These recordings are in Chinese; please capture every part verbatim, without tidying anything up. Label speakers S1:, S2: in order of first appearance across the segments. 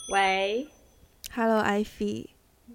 S1: 喂
S2: Hello Ivy，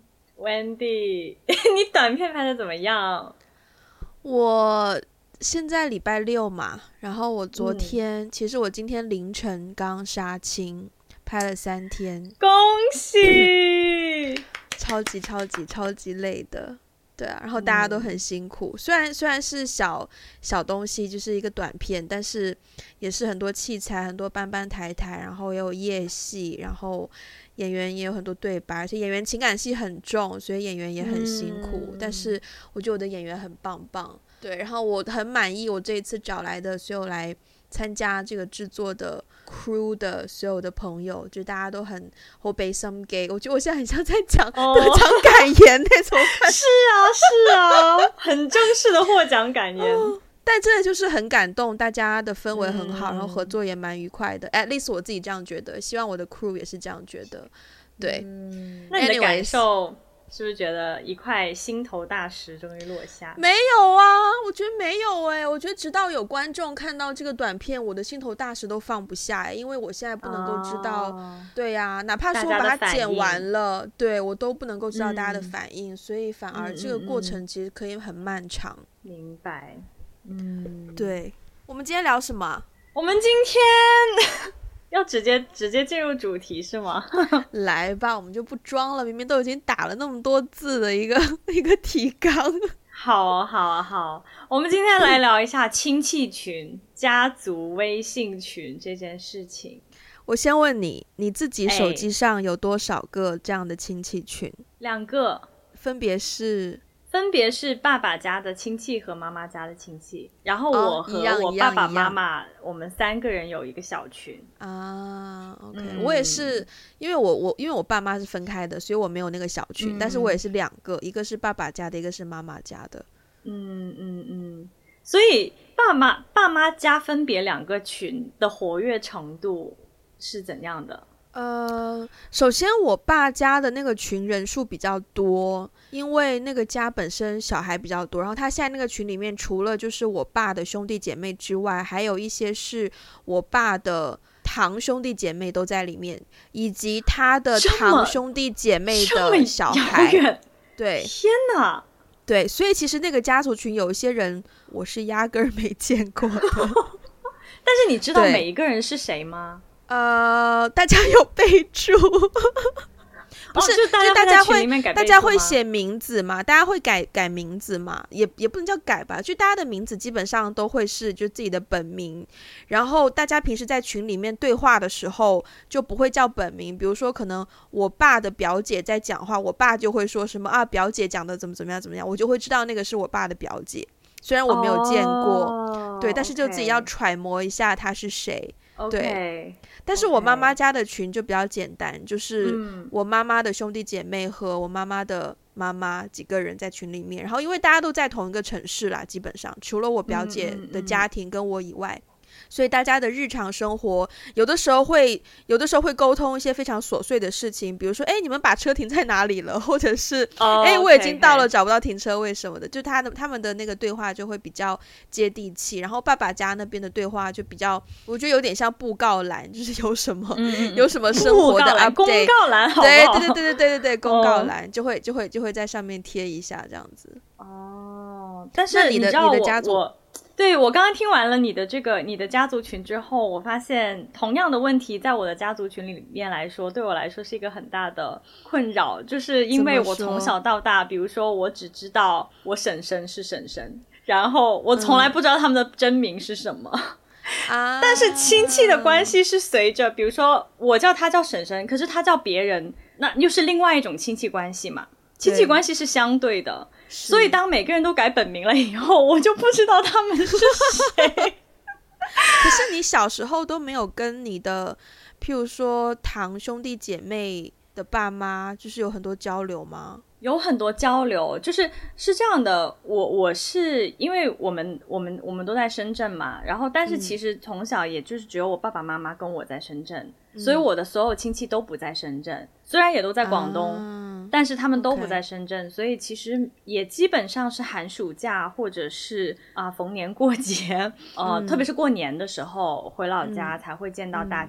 S1: Wendy 你短片拍的怎么样？
S2: 我现在礼拜六嘛，然后我昨天、
S1: 嗯、
S2: 其实我今天凌晨刚杀青，拍了三天，
S1: 恭喜
S2: 超级超级超级累的。对啊，然后大家都很辛苦，嗯、虽然虽然是小小东西，就是一个短片，但是也是很多器材，很多搬搬抬抬，然后也有夜戏，然后演员也有很多对白，而且演员情感戏很重，所以演员也很辛苦。嗯、但是我觉得我的演员很棒棒，对，然后我很满意我这一次找来的所有来参加这个制作的 crew 的所有的朋友，就大家都很后备心机，我觉得我现在很像在讲得奖感言那种、oh,
S1: 是啊是啊，很正式的获奖感言、oh,
S2: 但真的就是很感动，大家的氛围很好、嗯、然后合作也蛮愉快的， at least 我自己这样觉得，希望我的 crew 也是这样觉得。对、
S1: 嗯、那你的感受是不是觉得一块心头大石终于落下？
S2: 没有啊，我觉得没有哎、欸，我觉得直到有观众看到这个短片，我的心头大石都放不下哎、欸，因为我现在不能够知道、哦、对啊，哪怕说我把它剪完了，对，我都不能够知道大家的反应、嗯、所以反而这个过程其实可以很漫长。
S1: 明白。嗯，
S2: 对，我们今天聊什么？
S1: 我们今天要直接直接进入主题是吗？
S2: 来吧，我们就不装了，明明都已经打了那么多字的一个一个提纲。
S1: 好啊好啊好，我们今天来聊一下亲戚群、家族微信群这件事情。
S2: 我先问你，你自己手机上有多少个这样的亲戚群？
S1: 两个，
S2: 分别是
S1: 分别是爸爸家的亲戚和妈妈家的亲戚，然后我和我爸爸妈妈、哦、我们三个人有一个小群
S2: 啊。OK、嗯、我也是，因为我我因为我爸妈是分开的，所以我没有那个小群、嗯、但是我也是两个，一个是爸爸家的，一个是妈妈家的。
S1: 嗯嗯嗯，所以爸妈爸妈家分别两个群的活跃程度是怎样的？
S2: 呃，首先我爸家的那个群人数比较多，因为那个家本身小孩比较多，然后他现在那个群里面除了就是我爸的兄弟姐妹之外，还有一些是我爸的堂兄弟姐妹都在里面，以及他的堂兄弟姐妹的小孩。对，
S1: 天哪！
S2: 对，所以其实那个家族群有一些人我是压根儿没见过的。
S1: 但是你知道每一个人是谁吗？
S2: 呃，大家有备注。不是，
S1: 哦、就
S2: 大家会大家会写名字嘛？大家会改改名字嘛？也也不能叫改吧，就大家的名字基本上都会是就自己的本名。然后大家平时在群里面对话的时候就不会叫本名，比如说可能我爸的表姐在讲话，我爸就会说什么啊，表姐讲的怎么怎么样怎么样，我就会知道那个是我爸的表姐。虽然我没有见过，哦、对，但是就自己要揣摩一下他是谁。对，
S1: okay,
S2: 但是我妈妈家的群就比较简单，就是我妈妈的兄弟姐妹和我妈妈的妈妈几个人在群里面，然后因为大家都在同一个城市啦，基本上除了我表姐的家庭跟我以外，所以大家的日常生活有的时候会有的时候会沟通一些非常琐碎的事情，比如说哎，你们把车停在哪里了，或者是哎、oh, okay, 我已经到了找不到停车位什么的，就他的他们的那个对话就会比较接地气。然后爸爸家那边的对话就比较，我觉得有点像布告栏，就是有什么、嗯、有什么生活的 update
S1: 公告栏，好不好？
S2: 对对对对对对对对，公告栏、oh. 就会就会就会在上面贴一下这样子。
S1: 哦、oh, 但是
S2: 你的
S1: 你
S2: 的家族
S1: 我对，我刚刚听完了你的这个你的家族群之后，我发现同样的问题在我的家族群里面来说，对我来说是一个很大的困扰，就是因为我从小到大，比如说我只知道我婶婶是婶婶，然后我从来不知道他们的真名是什么、嗯、但是亲戚的关系是随着，比如说我叫他叫婶婶，可是他叫别人，那又是另外一种亲戚关系嘛，亲戚关系是相对的，所以当每个人都改本名了以后，我就不知道他们是谁。
S2: 可是你小时候都没有跟你的譬如说堂兄弟姐妹的爸妈就是有很多交流吗？
S1: 有很多交流，就是是这样的，我我是因为我们我们我们都在深圳嘛，然后但是其实从小也就是只有我爸爸妈妈跟我在深圳、嗯、所以我的所有亲戚都不在深圳，虽然也都在广东、啊、但是他们都不在深圳、okay. 所以其实也基本上是寒暑假或者是啊、呃、逢年过节呃、嗯、特别是过年的时候回老家才会见到大家、嗯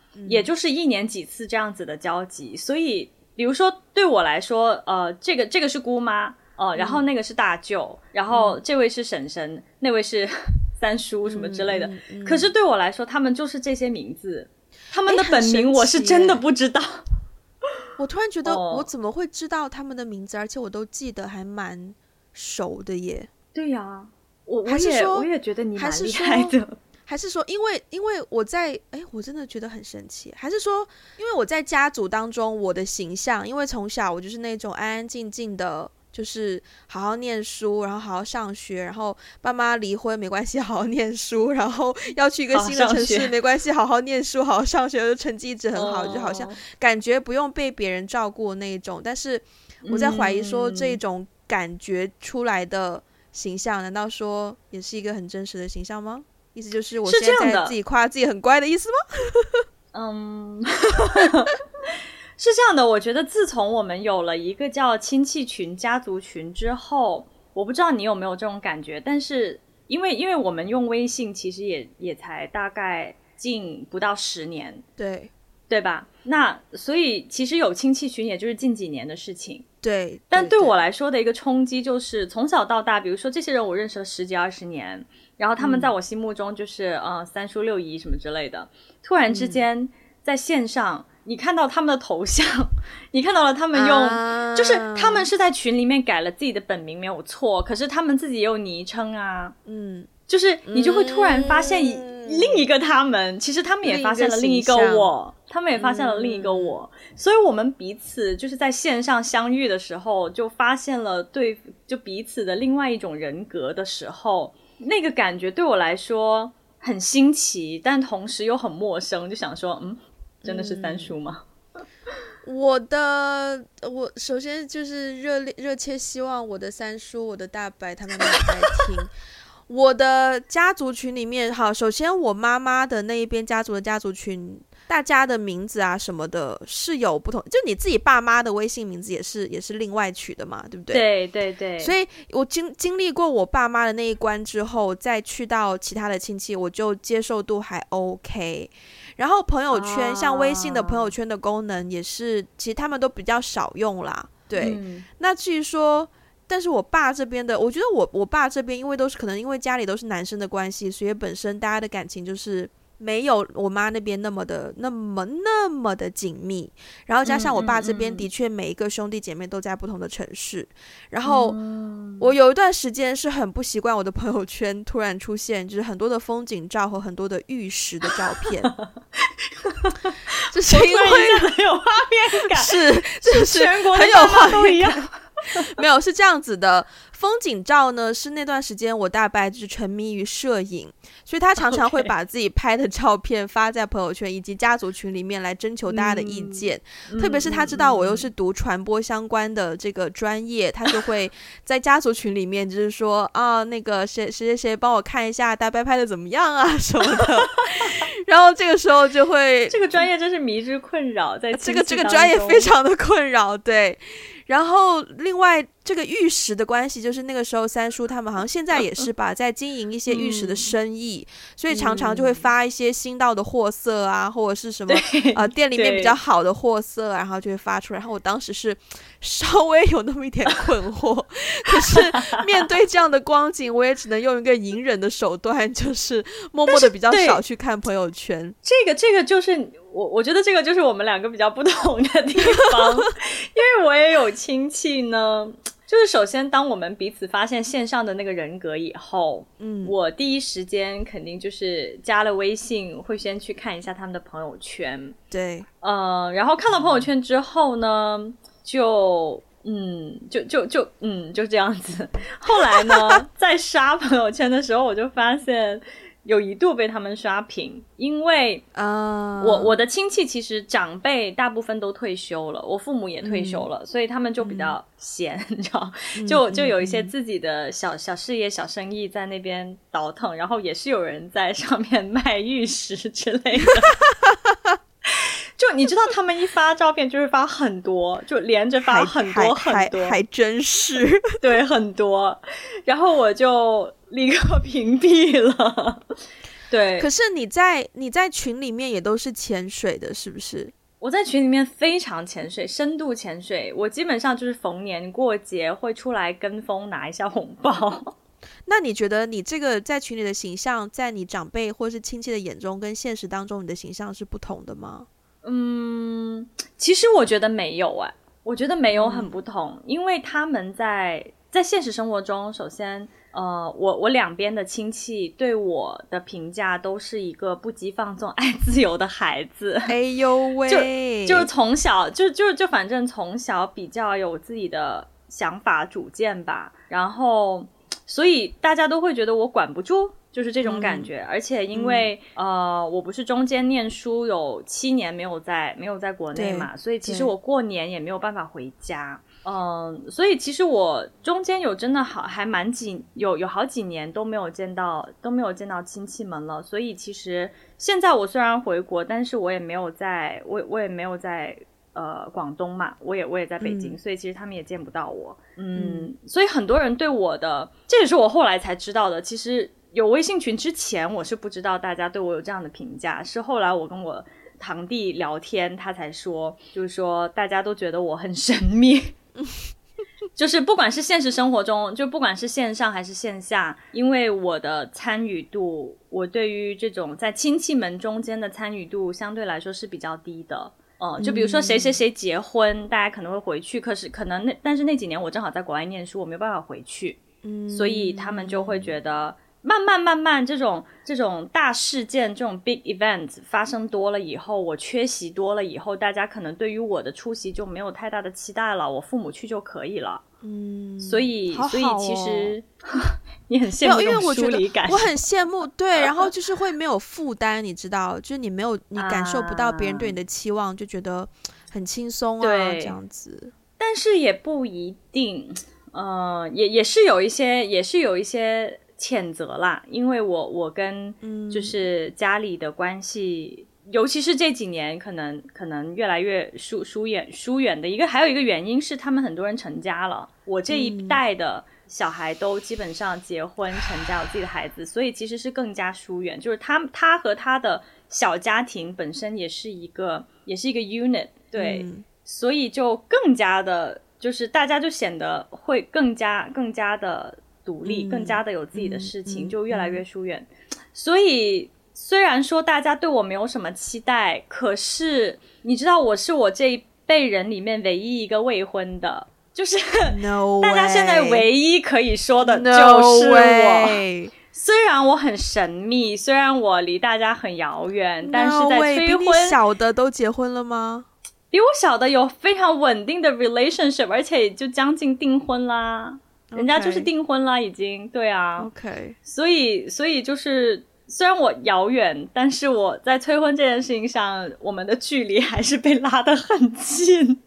S1: 也就是一年几次这样子的交集，所以比如说对我来说呃，这个这个是姑妈呃，然后那个是大舅、嗯、然后这位是婶婶，那位是三叔什么之类的、嗯嗯嗯、可是对我来说他们就是这些名字，他们的本名我是真的不知道。
S2: 我突然觉得我怎么会知道他们的名字、哦、而且我都记得还蛮熟的耶。
S1: 对呀、啊，我我也我也觉得你蛮厉害的。
S2: 还是说因为因为我在哎，我真的觉得很神奇。还是说因为我在家族当中我的形象，因为从小我就是那种安安静静的，就是好好念书，然后好好上学，然后爸妈离婚没关系好好念书，然后要去一个新的城市没关系好好念书好好上学，成绩一直很好、哦、就好像感觉不用被别人照顾那一种。但是我在怀疑说、嗯、这种感觉出来的形象难道说也是一个很真实的形象吗？意思就是我现在在自己夸自己很乖的意思吗？
S1: 嗯是这样的，我觉得自从我们有了一个叫亲戚群家族群之后，我不知道你有没有这种感觉，但是因为因为我们用微信其实也也才大概近不到十年，
S2: 对
S1: 对吧？那所以其实有亲戚群也就是近几年的事情。
S2: 对, 对
S1: 但对我来说的一个冲击就是从小到大，比如说这些人我认识了十几二十年，然后他们在我心目中就是、嗯、呃三叔六姨什么之类的，突然之间在线上、嗯、你看到他们的头像，你看到了他们用、啊、就是他们是在群里面改了自己的本名没有错，可是他们自己也有昵称啊，嗯，就是你就会突然发现另一个他们、嗯、其实他们也发现了另一个我，他们也发现了另一个我、嗯、所以我们彼此就是在线上相遇的时候就发现了对就彼此的另外一种人格的时候，那个感觉对我来说很新奇，但同时又很陌生，就想说嗯，真的是三叔吗？
S2: 嗯、我的我首先就是热烈热切希望我的三叔我的大伯他们没有在听我的家族群里面，好，首先我妈妈的那一边家族的家族群，大家的名字啊什么的是有不同，就你自己爸妈的微信名字也是也是另外取的嘛，对不对？
S1: 对对对。
S2: 所以我经经历过我爸妈的那一关之后，再去到其他的亲戚，我就接受度还 OK。然后朋友圈、啊、像微信的朋友圈的功能也是，其实他们都比较少用啦。对，嗯、那至于说。但是我爸这边的，我觉得我我爸这边因为都是可能因为家里都是男生的关系，所以本身大家的感情就是没有我妈那边那么的那么那么的紧密，然后加上我爸这边的确每一个兄弟姐妹都在不同的城市，然后我有一段时间是很不习惯我的朋友圈突然出现就是很多的风景照和很多的玉石的照片就是因为
S1: 很有画面感，
S2: 是就是
S1: 全国的
S2: 很有画面
S1: 感
S2: 没有，是这样子的，风景照呢是那段时间我大伯就是沉迷于摄影，所以他常常会把自己拍的照片发在朋友圈以及家族群里面来征求大家的意见、嗯、特别是他知道我又是读传播相关的这个专业、嗯、他就会在家族群里面就是说啊，那个谁谁谁谁帮我看一下大伯拍的怎么样啊什么的然后这个时候就会
S1: 这个专业真是迷之困扰，在
S2: 这个这个专业非常的困扰，对。然后另外这个玉石的关系，就是那个时候三叔他们好像现在也是吧，在经营一些玉石的生意、嗯、所以常常就会发一些新到的货色啊，或者是什么呃店里面比较好的货色，然后就会发出来。然后我当时是稍微有那么一点困惑可是面对这样的光景，我也只能用一个隐忍的手段，就是默默的比较少去看朋友圈。
S1: 这个这个就是我我觉得这个就是我们两个比较不同的地方因为我也有亲戚呢，就是首先当我们彼此发现线上的那个人格以后，嗯，我第一时间肯定就是加了微信，会先去看一下他们的朋友圈，
S2: 对，
S1: 呃，然后看到朋友圈之后呢，就嗯，就就就嗯，就这样子。后来呢，在刷朋友圈的时候，我就发现。有一度被他们刷屏，因为、uh... 我我的亲戚其实长辈大部分都退休了，我父母也退休了、嗯、所以他们就比较闲、嗯、你知道，就就有一些自己的小小事业小生意在那边倒腾，然后也是有人在上面卖玉石之类的就你知道他们一发照片就是发很多，就连着发很多很多，
S2: 还, 还, 还真是
S1: 对，很多，然后我就立刻屏蔽了对，
S2: 可是你在你在群里面也都是潜水的，是不是？
S1: 我在群里面非常潜水，深度潜水，我基本上就是逢年过节会出来跟风拿一下红包。
S2: 那你觉得你这个在群里的形象，在你长辈或是亲戚的眼中，跟现实当中你的形象是不同的吗？
S1: 嗯，其实我觉得没有哎、欸，我觉得没有很不同，嗯、因为他们在在现实生活中，首先。呃，我我两边的亲戚对我的评价都是一个不羁放纵、爱自由的孩子。
S2: 哎呦喂，
S1: 就就是从小就就就反正从小比较有自己的想法主见吧，然后所以大家都会觉得我管不住，就是这种感觉。嗯、而且因为、嗯、呃，我不是中间念书有七年没有在没有在国内嘛，所以其实我过年也没有办法回家。嗯，所以其实我中间有真的好还蛮几有有好几年都没有见到都没有见到亲戚们了，所以其实现在我虽然回国，但是我也没有在我我也没有在呃广东嘛，我也我也在北京、嗯、所以其实他们也见不到我。嗯, 嗯所以很多人对我的，这也是我后来才知道的，其实有微信群之前我是不知道大家对我有这样的评价，是后来我跟我堂弟聊天他才说，就是说大家都觉得我很神秘。就是不管是现实生活中，就不管是线上还是线下，因为我的参与度，我对于这种在亲戚们中间的参与度相对来说是比较低的。呃，就比如说谁谁谁结婚、嗯、大家可能会回去，可是可能那但是那几年我正好在国外念书，我没有办法回去，嗯，所以他们就会觉得慢慢慢慢这种这种大事件，这种 big event 发生多了以后，我缺席多了以后，大家可能对于我的出席就没有太大的期待了，我父母去就可以了。嗯，所以
S2: 好好、哦、
S1: 所以其实你很羡慕这种疏离感。
S2: 我很羡慕，对，然后就是会没有负担，你知道，就是你没有你感受不到别人对你的期望，啊、就觉得很轻松啊，这样子。
S1: 但是也不一定，呃，也也是有一些，也是有一些。谴责啦，因为我我跟就是家里的关系、嗯、尤其是这几年可能可能越来越疏疏远疏远的一个还有一个原因是他们很多人成家了，我这一代的小孩都基本上结婚成家有自己的孩子，所以其实是更加疏远，就是他他和他的小家庭本身也是一个也是一个 unit， 对、嗯、所以就更加的就是大家就显得会更加更加的独立、嗯、更加的有自己的事情、嗯、就越来越疏远、嗯、所以虽然说大家对我没有什么期待，可是你知道我是我这一辈人里面唯一一个未婚的，就是、no、大家现在唯一可以说的就是我、no、虽然我很神秘，虽然我离大家很遥远、no、但是在催婚。
S2: 比你小的都结婚了吗？
S1: 比我小的有非常稳定的 relationship， 而且就将近订婚啦，人家就是订婚啦已经，对啊
S2: OK，
S1: 所以所以就是虽然我遥远，但是我在催婚这件事情上我们的距离还是被拉得很近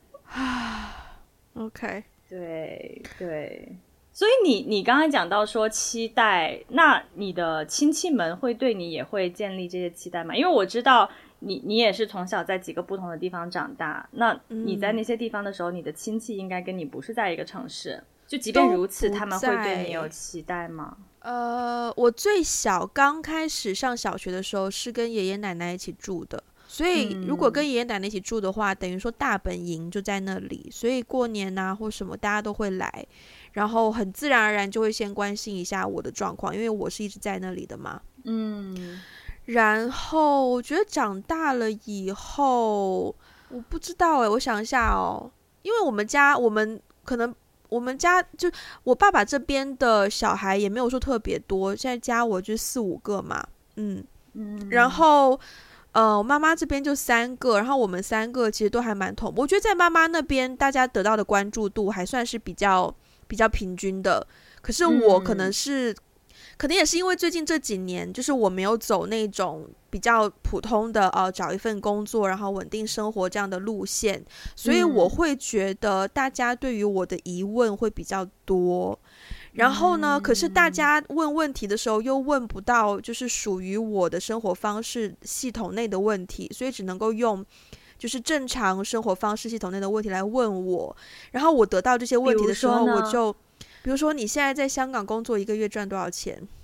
S2: OK，
S1: 对对，所以你你刚才讲到说期待，那你的亲戚们会对你也会建立这些期待吗？因为我知道你你也是从小在几个不同的地方长大，那你在那些地方的时候、嗯、你的亲戚应该跟你不是在一个城市，就即便如此他们会对你有期待吗？
S2: 呃，我最小刚开始上小学的时候是跟爷爷奶奶一起住的，所以如果跟爷爷奶奶一起住的话、嗯、等于说大本营就在那里，所以过年啊或什么大家都会来，然后很自然而然就会先关心一下我的状况，因为我是一直在那里的嘛。嗯，然后我觉得长大了以后我不知道诶，我想一下哦，因为我们家我们可能我们家就我爸爸这边的小孩也没有说特别多，现在加我就四五个嘛，嗯嗯，然后呃，我妈妈这边就三个，然后我们三个其实都还蛮同步，我觉得在妈妈那边大家得到的关注度还算是比较比较平均的，可是我可能是、嗯、可能也是因为最近这几年就是我没有走那种比较普通的呃找一份工作然后稳定生活这样的路线，所以我会觉得大家对于我的疑问会比较多，然后呢、嗯、可是大家问问题的时候又问不到就是属于我的生活方式系统内的问题，所以只能够用就是正常生活方式系统内的问题来问我，然后我得到这些问题的时候我就比如说你现在在香港工作一个月赚多少钱？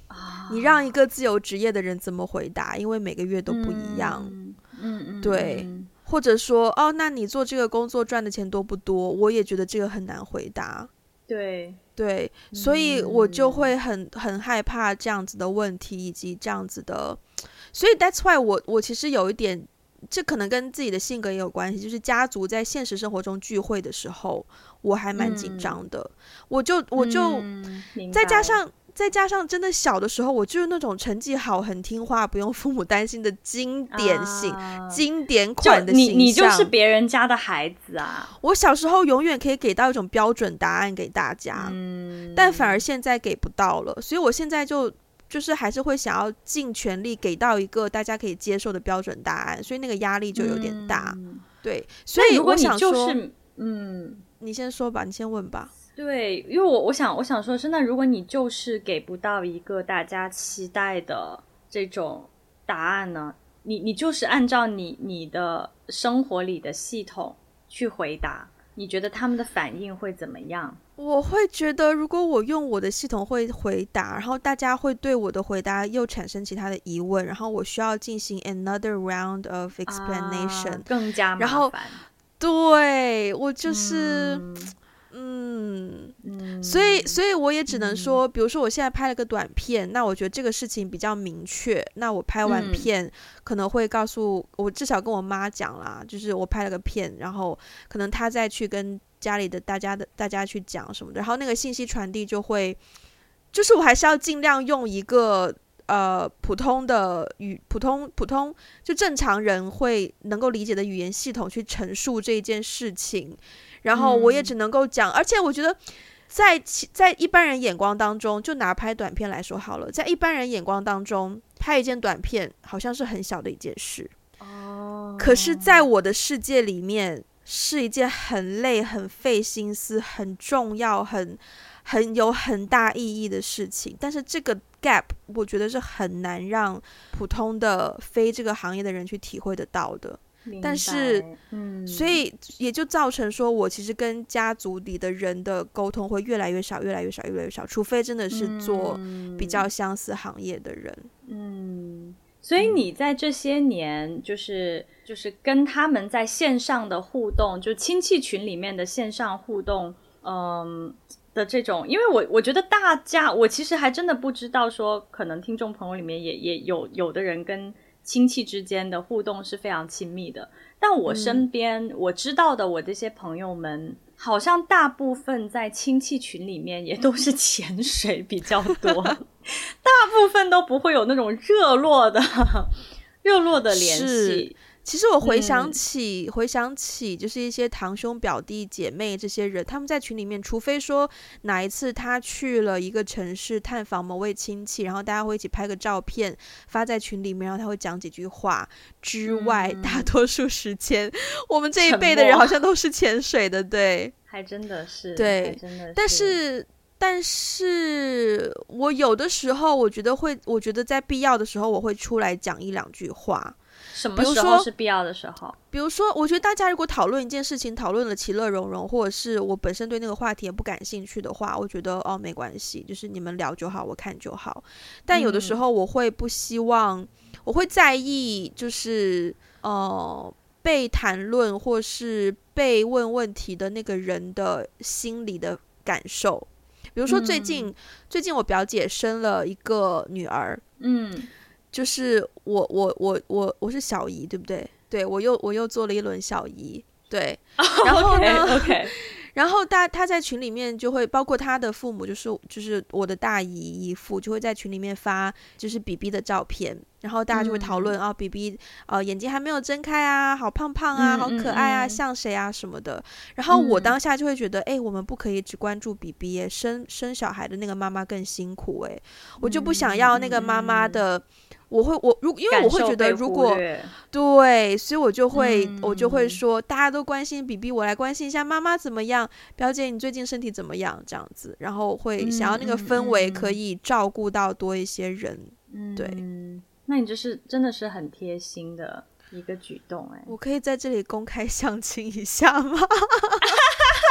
S2: 啊、你让一个自由职业的人怎么回答？因为每个月都不一样。
S1: 嗯嗯嗯，
S2: 对。或者说，哦，那你做这个工作赚的钱多不多？我也觉得这个很难回答。
S1: 对
S2: 对，所以我就会很很害怕这样子的问题，以及这样子的，所以 that's why 我我其实有一点，这可能跟自己的性格也有关系，就是家族在现实生活中聚会的时候，我还蛮紧张的，嗯、我就我就、嗯、再加上。再加上真的小的时候，我就是那种成绩好、很听话、不用父母担心的经典型、啊、经典款的形象。
S1: 你你就是别人家的孩子啊！
S2: 我小时候永远可以给到一种标准答案给大家，嗯、但反而现在给不到了，所以我现在就就是还是会想要尽全力给到一个大家可以接受的标准答案，所以那个压力就有点大。嗯、对，所以我想说，
S1: 就是嗯，
S2: 你先说吧，你先问吧。
S1: 对，因为我我想我想说的是，那如果你就是给不到一个大家期待的这种答案呢，你你就是按照你你的生活里的系统去回答，你觉得他们的反应会怎么样？
S2: 我会觉得，如果我用我的系统会回答，然后大家会对我的回答又产生其他的疑问，然后我需要进行 another round of explanation，、啊、
S1: 更加麻烦。
S2: 然后对我就是。嗯嗯, 嗯所以所以我也只能说、嗯、比如说我现在拍了个短片，那我觉得这个事情比较明确，那我拍完片、嗯、可能会告诉我，至少跟我妈讲啦，就是我拍了个片，然后可能她再去跟家里的大家的大家去讲什么的，然后那个信息传递就会，就是我还是要尽量用一个呃普通的语普通普通就正常人会能够理解的语言系统去陈述这件事情，然后我也只能够讲、嗯、而且我觉得在在一般人眼光当中，就拿拍短片来说好了，在一般人眼光当中拍一件短片好像是很小的一件事、哦、可是在我的世界里面是一件很累很费心思很重要很很有很大意义的事情，但是这个 gap 我觉得是很难让普通的非这个行业的人去体会得到的，但是、嗯、所以也就造成说我其实跟家族里的人的沟通会越来越少越来越少越来越少，除非真的是做比较相似行业的人。
S1: 嗯，所以你在这些年就是就是跟他们在线上的互动，就亲戚群里面的线上互动，嗯的这种，因为我我觉得大家，我其实还真的不知道说，可能听众朋友里面也也有有的人跟亲戚之间的互动是非常亲密的，但我身边、嗯、我知道的我这些朋友们好像大部分在亲戚群里面也都是潜水比较多大部分都不会有那种热络的热络的联系。
S2: 其实我回想起、嗯、回想起就是一些堂兄表弟姐妹这些人，他们在群里面除非说哪一次他去了一个城市探访某位亲戚，然后大家会一起拍个照片发在群里面，然后他会讲几句话之外、嗯、大多数时间我们这一辈的人好像都是潜水的。对，
S1: 还真的是
S2: 对，
S1: 真的是。
S2: 但是但是我有的时候我觉得会我觉得在必要的时候我会出来讲一两句话。
S1: 什么时候是必要的时候？
S2: 比如说我觉得大家如果讨论一件事情讨论了其乐融融，或者是我本身对那个话题也不感兴趣的话，我觉得哦没关系，就是你们聊就好，我看就好。但有的时候我会不希望、嗯、我会在意就是呃被谈论或是被问问题的那个人的心理的感受。比如说最近、嗯、最近我表姐生了一个女儿，嗯，就是我我我我我是小姨对不对？对，我又我又做了一轮小姨，对，然后呢
S1: okay, okay.
S2: 然后大他在群里面就会包括他的父母，就是就是我的大姨姨父就会在群里面发就是 B B 的照片，然后大家就会讨论、嗯、啊 B B 呃眼睛还没有睁开啊，好胖胖啊、嗯、好可爱啊、嗯、像谁啊什么的。然后我当下就会觉得哎、嗯欸，我们不可以只关注 B B 耶，生生小孩的那个妈妈更辛苦哎，我就不想要那个妈妈的、嗯我会我如因为我会觉得如果对，所以我就会、嗯、我就会说大家都关心 B B， 我来关心一下妈妈怎么样，表姐你最近身体怎么样这样子，然后会想要那个氛围可以照顾到多一些人、嗯、对、
S1: 嗯、那你这是真的是很贴心的一个举动哎，
S2: 我可以在这里公开相亲一下吗
S1: 可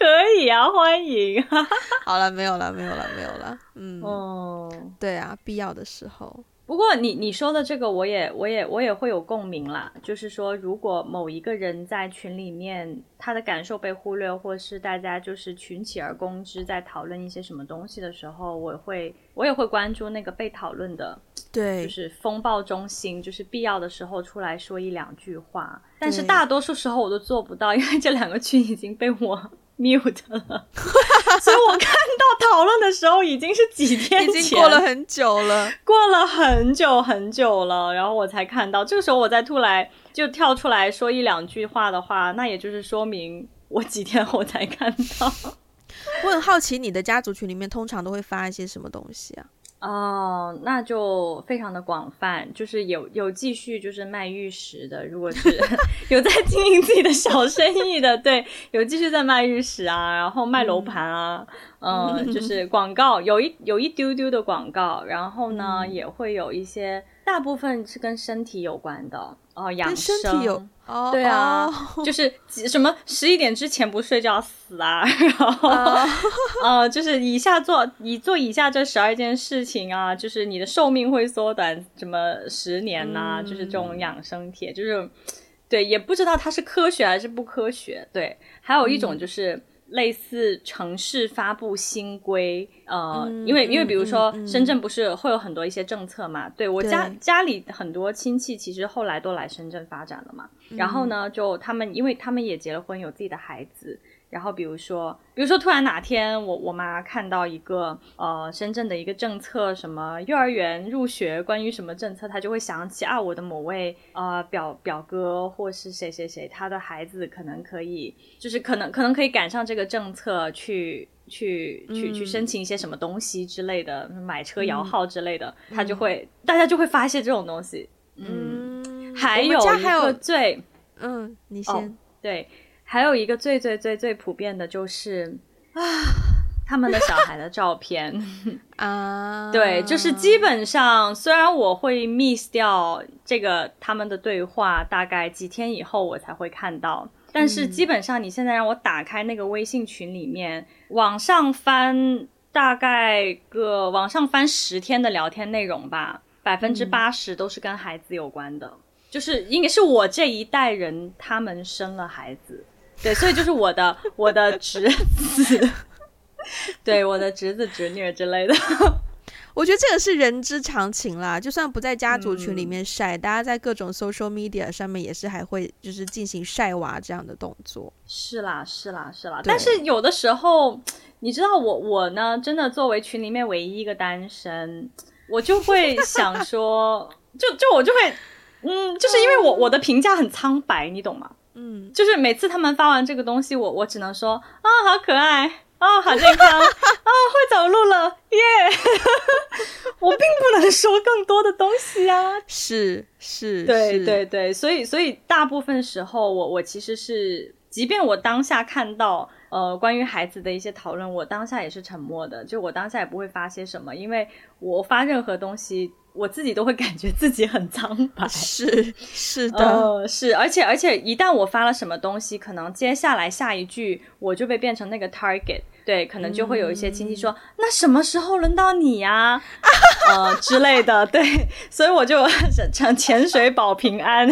S1: 以啊，欢迎。
S2: 好了，没有了，没有了，没有了。嗯，
S1: 哦，
S2: 对啊，必要的时候。
S1: 不过你你说的这个我也我也我也会有共鸣啦，就是说如果某一个人在群里面他的感受被忽略，或是大家就是群起而攻之在讨论一些什么东西的时候，我会我也会关注那个被讨论的，
S2: 对，
S1: 就是风暴中心，就是必要的时候出来说一两句话，但是大多数时候我都做不到，因为这两个群已经被我mute 了所以我看到讨论的时候已经是几天前，
S2: 已经过了很久了
S1: 过了很久很久了，然后我才看到，这个时候我再突然就跳出来说一两句话的话，那也就是说明我几天后才看到
S2: 我很好奇你的家族群里面通常都会发一些什么东西啊？
S1: 哦，那就非常的广泛，就是有有继续就是卖玉石的，如果是有在经营自己的小生意的，对，有继续在卖玉石啊，然后卖楼盘啊，嗯、呃，就是广告有一有一丢丢的广告，然后呢、嗯、也会有一些，大部分是跟身体有关的哦，养生，
S2: 跟身体有。Oh,
S1: 对啊、
S2: oh.
S1: 就是什么十一点之前不睡觉死啊，然后、oh. 呃，就是以下做以做以下这十二件事情啊，就是你的寿命会缩短什么十年啊、嗯、就是这种养生帖，就是对，也不知道它是科学还是不科学。对，还有一种就是类似城市发布新规，呃、嗯，因为因为比如说、嗯嗯、深圳不是会有很多一些政策嘛，对，我家家里很多亲戚其实后来都来深圳发展了嘛，嗯、然后呢就他们因为他们也结了婚，有自己的孩子，然后比如说比如说突然哪天我我妈看到一个呃深圳的一个政策，什么幼儿园入学关于什么政策，她就会想起啊我的某位呃表表哥或是谁谁谁，他的孩子可能可以就是可能可能可以赶上这个政策去去去去申请一些什么东西之类的、嗯、买车摇号之类的、嗯、他就会、嗯、大家就会发现这种东西。嗯，嗯还有一个最
S2: 嗯你先、哦、
S1: 对，还有一个最最最最普遍的就是啊，他们的小孩的照片啊，对，就是基本上虽然我会 miss 掉这个他们的对话，大概几天以后我才会看到，但是基本上你现在让我打开那个微信群里面往上翻，大概个往上翻十天的聊天内容吧，百分之八十都是跟孩子有关的、嗯、就是应该是我这一代人他们生了孩子，对，所以就是我的我的侄子对，我的侄子侄女之类的
S2: 我觉得这个是人之常情啦，就算不在家族群里面晒、嗯、大家在各种 social media 上面也是还会就是进行晒娃这样的动作。
S1: 是啦是啦是啦，但是有的时候你知道我我呢真的作为群里面唯一一个单身，我就会想说就就我就会嗯，就是因为我我的评价很苍白，你懂吗？嗯，就是每次他们发完这个东西，我我只能说啊，好可爱哦，好健康啊，会走路了耶、yeah! 我并不能说更多的东西啊。
S2: 是是，
S1: 对对对，所以所以大部分时候我我其实是，即便我当下看到呃关于孩子的一些讨论，我当下也是沉默的，就我当下也不会发些什么，因为我发任何东西我自己都会感觉自己很苍白。
S2: 是是的、
S1: 呃、是，而且而且一旦我发了什么东西，可能接下来下一句我就被变成那个 target， 对，可能就会有一些亲戚说、嗯、那什么时候轮到你呀、啊、呃之类的，对，所以我就成潜水保平安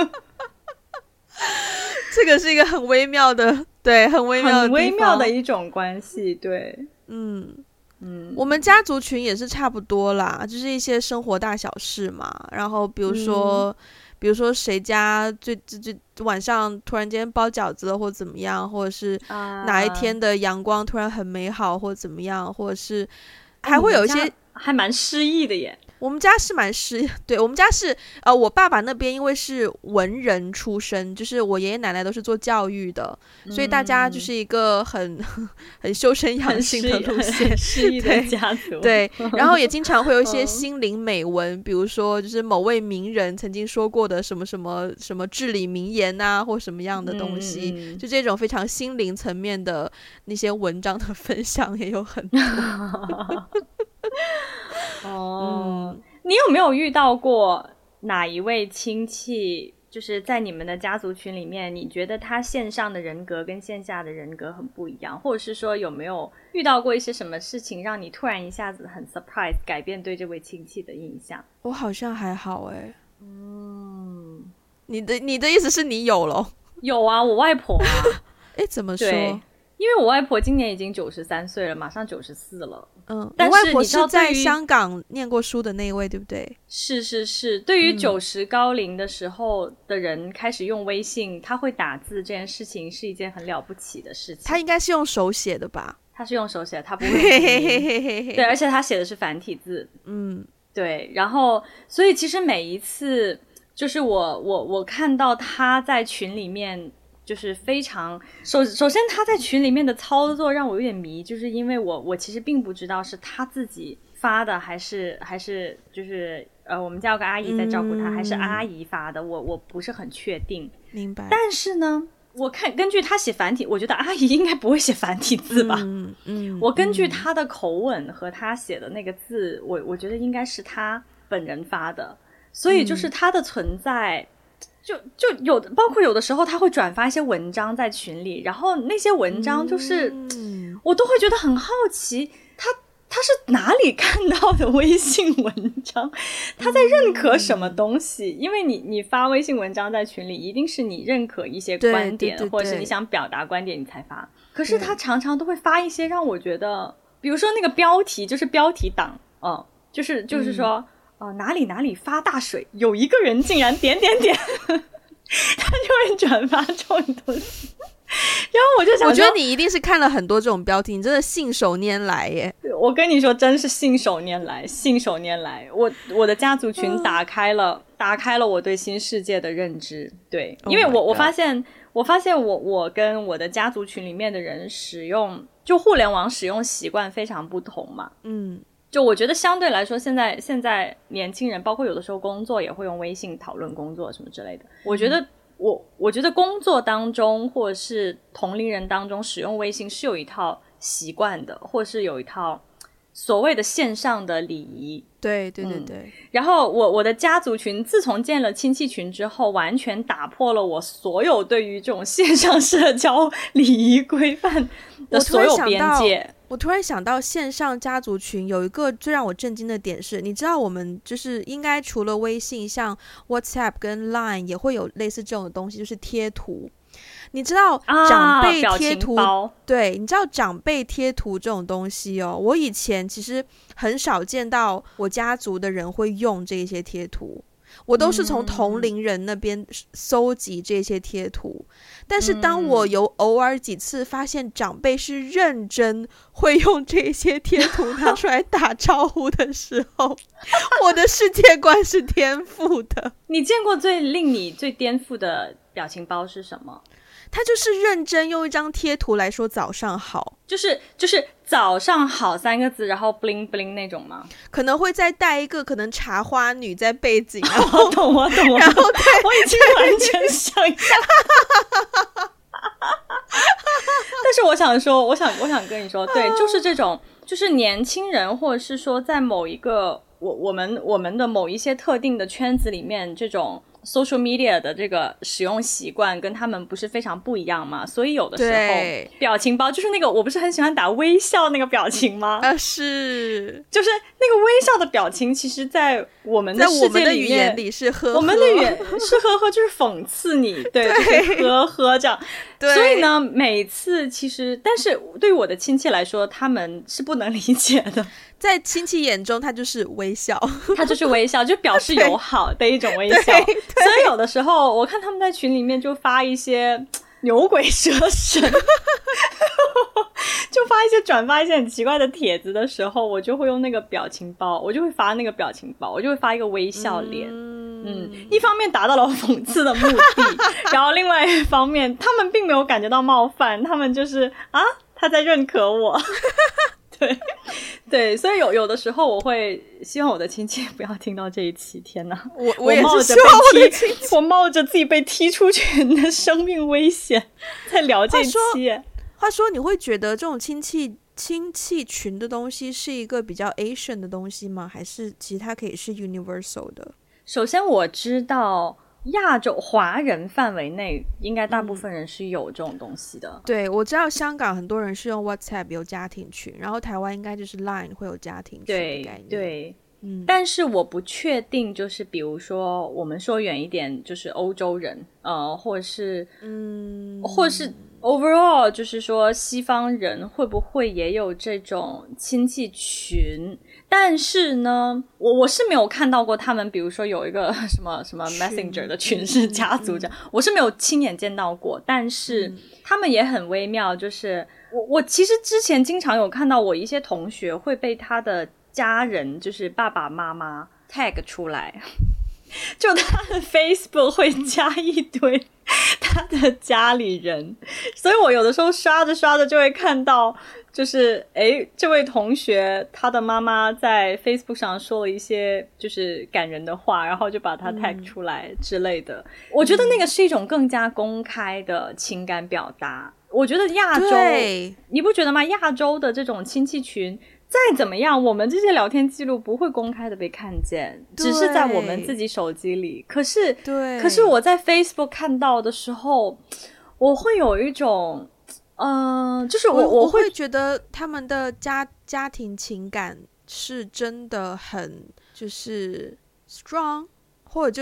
S2: 这个是一个很微妙的，对，很微妙的
S1: 很微妙的一种关系，对，
S2: 嗯嗯，我们家族群也是差不多啦，就是一些生活大小事嘛，然后比如说、嗯、比如说谁家最最晚上突然间包饺子了或怎么样，或者是哪一天的阳光突然很美好或怎么样，或者是还会有一些、
S1: 啊、还蛮诗意的耶。
S2: 我们家是蛮诗，对，我们家是呃，我爸爸那边因为是文人出身，就是我爷爷奶奶都是做教育的、嗯、所以大家就是一个很很修身养性的路线，
S1: 很诗意的家族，
S2: 对，然后也经常会有一些心灵美文、哦、比如说就是某位名人曾经说过的什么什么什么至理名言啊或什么样的东西、嗯、就这种非常心灵层面的那些文章的分享也有很多
S1: 哦、嗯，你有没有遇到过哪一位亲戚就是在你们的家族群里面，你觉得他线上的人格跟线下的人格很不一样，或者是说有没有遇到过一些什么事情让你突然一下子很 surprise 改变对这位亲戚的印象？
S2: 我好像还好哎。
S1: 嗯，
S2: 你的你的意思是你有咯？
S1: 有啊，我外婆啊。
S2: 哎，怎么说？
S1: 对，因为我外婆今年已经九十三岁了，马上九十四了。
S2: 嗯，
S1: 但是
S2: 你外婆是在
S1: 你
S2: 香港念过书的那一位，对不对？
S1: 是是是，对于九十高龄的时候的人开始用微信，他会打字这件事情是一件很了不起的事情。
S2: 他应该是用手写的吧？
S1: 他是用手写的，他不会用拼音。对，而且他写的是繁体字。
S2: 嗯，
S1: 对。然后，所以其实每一次，就是我我我看到他在群里面。就是非常首首先他在群里面的操作让我有点迷，就是因为我我其实并不知道是他自己发的还是还是就是呃我们家有个阿姨在照顾他、嗯、还是阿姨发的，我我不是很确定。
S2: 明白。
S1: 但是呢，我看根据他写繁体，我觉得阿姨应该不会写繁体字吧。
S2: 嗯嗯。
S1: 我根据他的口吻和他写的那个字，我我觉得应该是他本人发的，所以就是他的存在。嗯就就有的，包括有的时候他会转发一些文章在群里，然后那些文章就是、嗯、我都会觉得很好奇，他他是哪里看到的微信文章，他在认可什么东西、嗯、因为你你发微信文章在群里一定是你认可一些观点，对对对对，或者是你想表达观点你才发，可是他常常都会发一些让我觉得，比如说那个标题就是标题党，嗯，就是就是说、嗯哦，哪里哪里发大水，有一个人竟然点点点他就会转发这种东西。然后我就想说，
S2: 我觉得你一定是看了很多这种标题，你真的信手拈来耶。
S1: 我跟你说真是信手拈来信手拈来，我我的家族群打开了、呃、打开了我对新世界的认知。对，因为我、oh、我发现我发现我我跟我的家族群里面的人使用就互联网使用习惯非常不同嘛。
S2: 嗯，
S1: 就我觉得相对来说现在现在年轻人包括有的时候工作也会用微信讨论工作什么之类的，我觉得我我觉得工作当中或者是同龄人当中使用微信是有一套习惯的，或是有一套所谓的线上的礼仪。
S2: 对对对对、嗯、
S1: 然后我我的家族群自从建了亲戚群之后，完全打破了我所有对于这种线上社交礼仪规范的所有边界。
S2: 我突然想到线上家族群有一个最让我震惊的点是，你知道我们就是应该除了微信，像 WhatsApp 跟 Line 也会有类似这种的东西，就是贴图。你知道长辈贴图、
S1: 啊、
S2: 对，你知道长辈贴图这种东西哦，我以前其实很少见到我家族的人会用这些贴图，我都是从同龄人那边搜集这些贴图、嗯、但是当我有偶尔几次发现长辈是认真会用这些贴图拿出来打招呼的时候我的世界观是颠覆的。
S1: 你见过最令你最颠覆的表情包是什么？
S2: 他就是认真用一张贴图来说早上好，
S1: 就是就是早上好三个字然后 bling bling 那种吗？
S2: 可能会再带一个可能茶花女在背景，然后
S1: 我懂我懂我
S2: 然后
S1: 我已经完全想象但是我想说我想我想跟你说，对，就是这种就是年轻人或者是说在某一个我我们我们的某一些特定的圈子里面，这种social media 的这个使用习惯跟他们不是非常不一样嘛，所以有的时候表情包就是那个我不是很喜欢打微笑那个表情吗？
S2: 啊，是，
S1: 就是那个微笑的表情，其实在我们的世界里面，在我们的
S2: 语言里是呵呵，
S1: 我们的语言是呵呵，就是讽刺你，对，
S2: 对
S1: 就是呵呵这样。
S2: 对，
S1: 所以呢，每次其实，但是对于我的亲戚来说，他们是不能理解的。
S2: 在亲戚眼中他就是微笑
S1: 他就是微笑，就表示友好的一种微笑。所以有的时候我看他们在群里面就发一些牛鬼蛇神就发一些转发一些很奇怪的帖子的时候，我就会用那个表情包，我就会发那个表情包，我就会发一个微笑脸。嗯, 嗯一方面达到了讽刺的目的然后另外一方面他们并没有感觉到冒犯，他们就是啊他在认可我对对，所以有有的时候我会希望我的亲戚不要听到这一期。天哪，
S2: 我我也
S1: 是
S2: 希望我的亲戚，
S1: 我冒着自己被踢出群的生命危险在聊这一期。
S2: 话说, 话说你会觉得这种亲戚亲戚群的东西是一个比较 Asian 的东西吗？还是其实它可以是 universal 的？
S1: 首先我知道亚洲华人范围内应该大部分人是有这种东西的、
S2: 嗯、对，我知道香港很多人是用 WhatsApp 有家庭群，然后台湾应该就是 Line 会有家庭群的概念。
S1: 对对，
S2: 嗯，
S1: 但是我不确定，就是比如说我们说远一点，就是欧洲人，呃，或是
S2: 嗯，
S1: 或是 overall， 就是说西方人会不会也有这种亲戚群？但是呢，我我是没有看到过他们，比如说有一个什么什么 Messenger 的群是家族这样、嗯，我是没有亲眼见到过。但是他们也很微妙，就是我我其实之前经常有看到我一些同学会被他的家人，就是爸爸妈妈 tag 出来，就他的 Facebook 会加一堆他的家里人，所以我有的时候刷着刷着就会看到，就是诶，这位同学他的妈妈在 Facebook 上说了一些就是感人的话，然后就把他 tag 出来之类的、嗯、我觉得那个是一种更加公开的情感表达。我觉得亚洲，你不觉得吗？亚洲的这种亲戚群再怎么样，我们这些聊天记录不会公开的被看见，只是在我们自己手机里。可是，
S2: 对，
S1: 可是我在 Facebook 看到的时候，我会有一种，嗯、呃，就是我
S2: 我
S1: 我会
S2: 会觉得他们的家家庭情感是真的很就是 strong， 或者就是。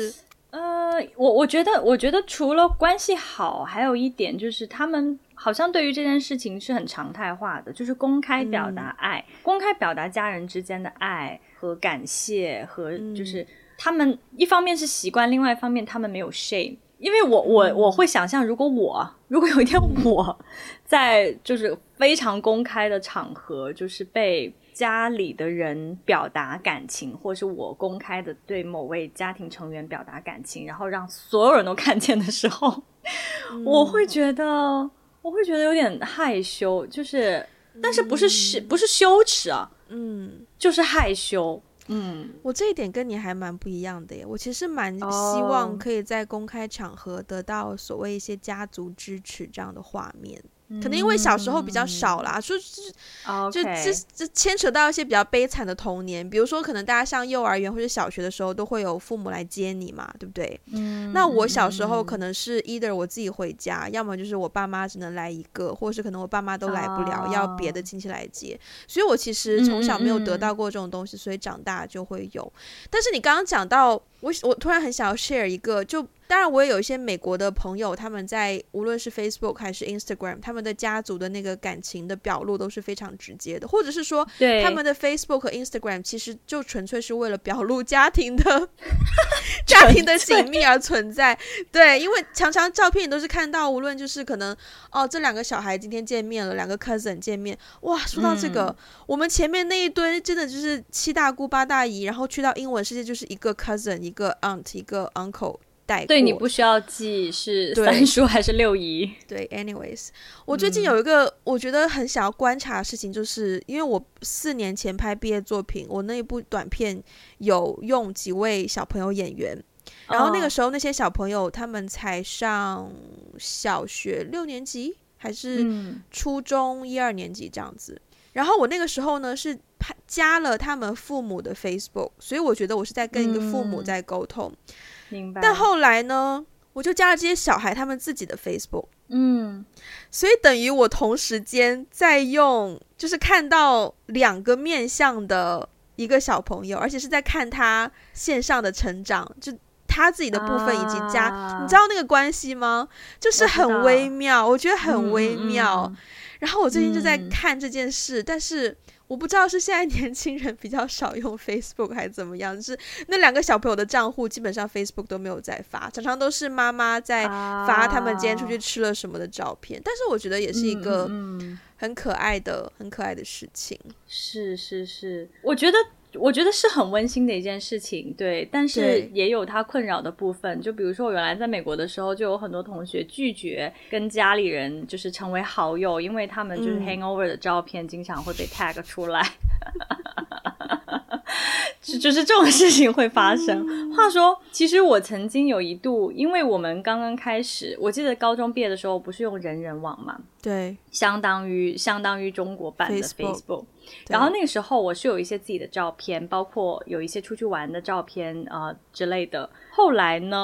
S1: 呃，我我觉得，我觉得除了关系好，还有一点就是他们好像对于这件事情是很常态化的，就是公开表达爱、嗯、公开表达家人之间的爱和感谢，和就是他们一方面是习惯，另外一方面他们没有 shame。因为我我我会想象，如果我如果有一天我在就是非常公开的场合，就是被家里的人表达感情，或是我公开的对某位家庭成员表达感情，然后让所有人都看见的时候、嗯、我会觉得我会觉得有点害羞，就是但是不是是、嗯、不是羞耻啊，嗯，就是害羞。嗯，
S2: 我这一点跟你还蛮不一样的耶。我其实蛮希望可以在公开场合得到所谓一些家族支持这样的画面，可能因为小时候比较少啦，说、嗯、就就这牵扯到一些比较悲惨的童年，比如说可能大家上幼儿园或者小学的时候都会有父母来接你嘛，对不对？嗯，那我小时候可能是 either 我自己回家，要么就是我爸妈只能来一个，或者是可能我爸妈都来不了、哦、要别的亲戚来接，所以我其实从小没有得到过这种东西、嗯、所以长大就会有。但是你刚刚讲到我我突然很想要 share 一个，就当然我也有一些美国的朋友，他们在无论是 Facebook 还是 Instagram， 他们的家族的那个感情的表露都是非常直接的，或者是说他们的 Facebook 和 Instagram 其实就纯粹是为了表露家庭的家庭的紧密而存在。对，因为常常照片你都是看到无论就是可能哦这两个小孩今天见面了，两个 cousin 见面，哇，说到这个、嗯、我们前面那一堆真的就是七大姑八大姨，然后去到英文世界就是一个 cousin 一个 aunt 一个 uncle，
S1: 对，你不需要记是三叔还是六姨。
S2: 对 anyways 我最近有一个我觉得很想要观察的事情，就是因为我四年前拍毕业作品，我那一部短片有用几位小朋友演员，然后那个时候那些小朋友他们才上小学六年级还是初中一二年级这样子，然后我那个时候呢是加了他们父母的 Facebook， 所以我觉得我是在跟一个父母在沟通、嗯
S1: 明白。
S2: 但后来呢我就加了这些小孩他们自己的 Facebook，
S1: 嗯，
S2: 所以等于我同时间在用就是看到两个面向的一个小朋友，而且是在看他线上的成长，就他自己的部分以及家、啊、你知道那个关系吗？就是很微妙， 我, 我觉得很微妙、嗯嗯、然后我最近就在看这件事、嗯、但是我不知道是现在年轻人比较少用 Facebook 还是怎么样，就是那两个小朋友的账户基本上 Facebook 都没有在发，常常都是妈妈在发他们今天出去吃了什么的照片、啊、但是我觉得也是一个很可爱的、嗯嗯、很可爱的事情。
S1: 是是是，我觉得我觉得是很温馨的一件事情，对，但是也有它困扰的部分。就比如说我原来在美国的时候，就有很多同学拒绝跟家里人就是成为好友，因为他们就是 hangover 的照片经常会被 tag 出来、嗯、就是这种事情会发生、嗯、话说其实我曾经有一度，因为我们刚刚开始，我记得高中毕业的时候不是用人人网嘛，
S2: 对，
S1: 相当于相当于中国版的 Facebook, Facebook，然后那个时候我是有一些自己的照片，包括有一些出去玩的照片啊、呃、之类的。后来呢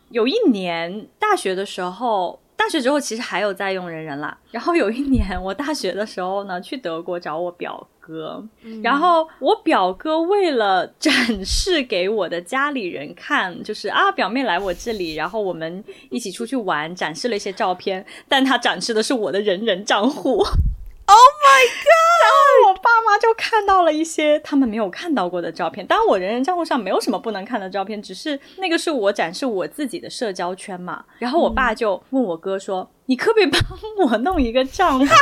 S1: 有一年大学的时候，大学之后其实还有在用人人啦，然后有一年我大学的时候呢去德国找我表哥、嗯、然后我表哥为了展示给我的家里人看，就是啊表妹来我这里，然后我们一起出去玩，展示了一些照片，但他展示的是我的人人账户
S2: Oh my god！
S1: 然后我爸妈就看到了一些他们没有看到过的照片。当然我人人账户上没有什么不能看的照片，只是那个是我展示我自己的社交圈嘛。然后我爸就问我哥说、嗯、你可不可以帮我弄一个账户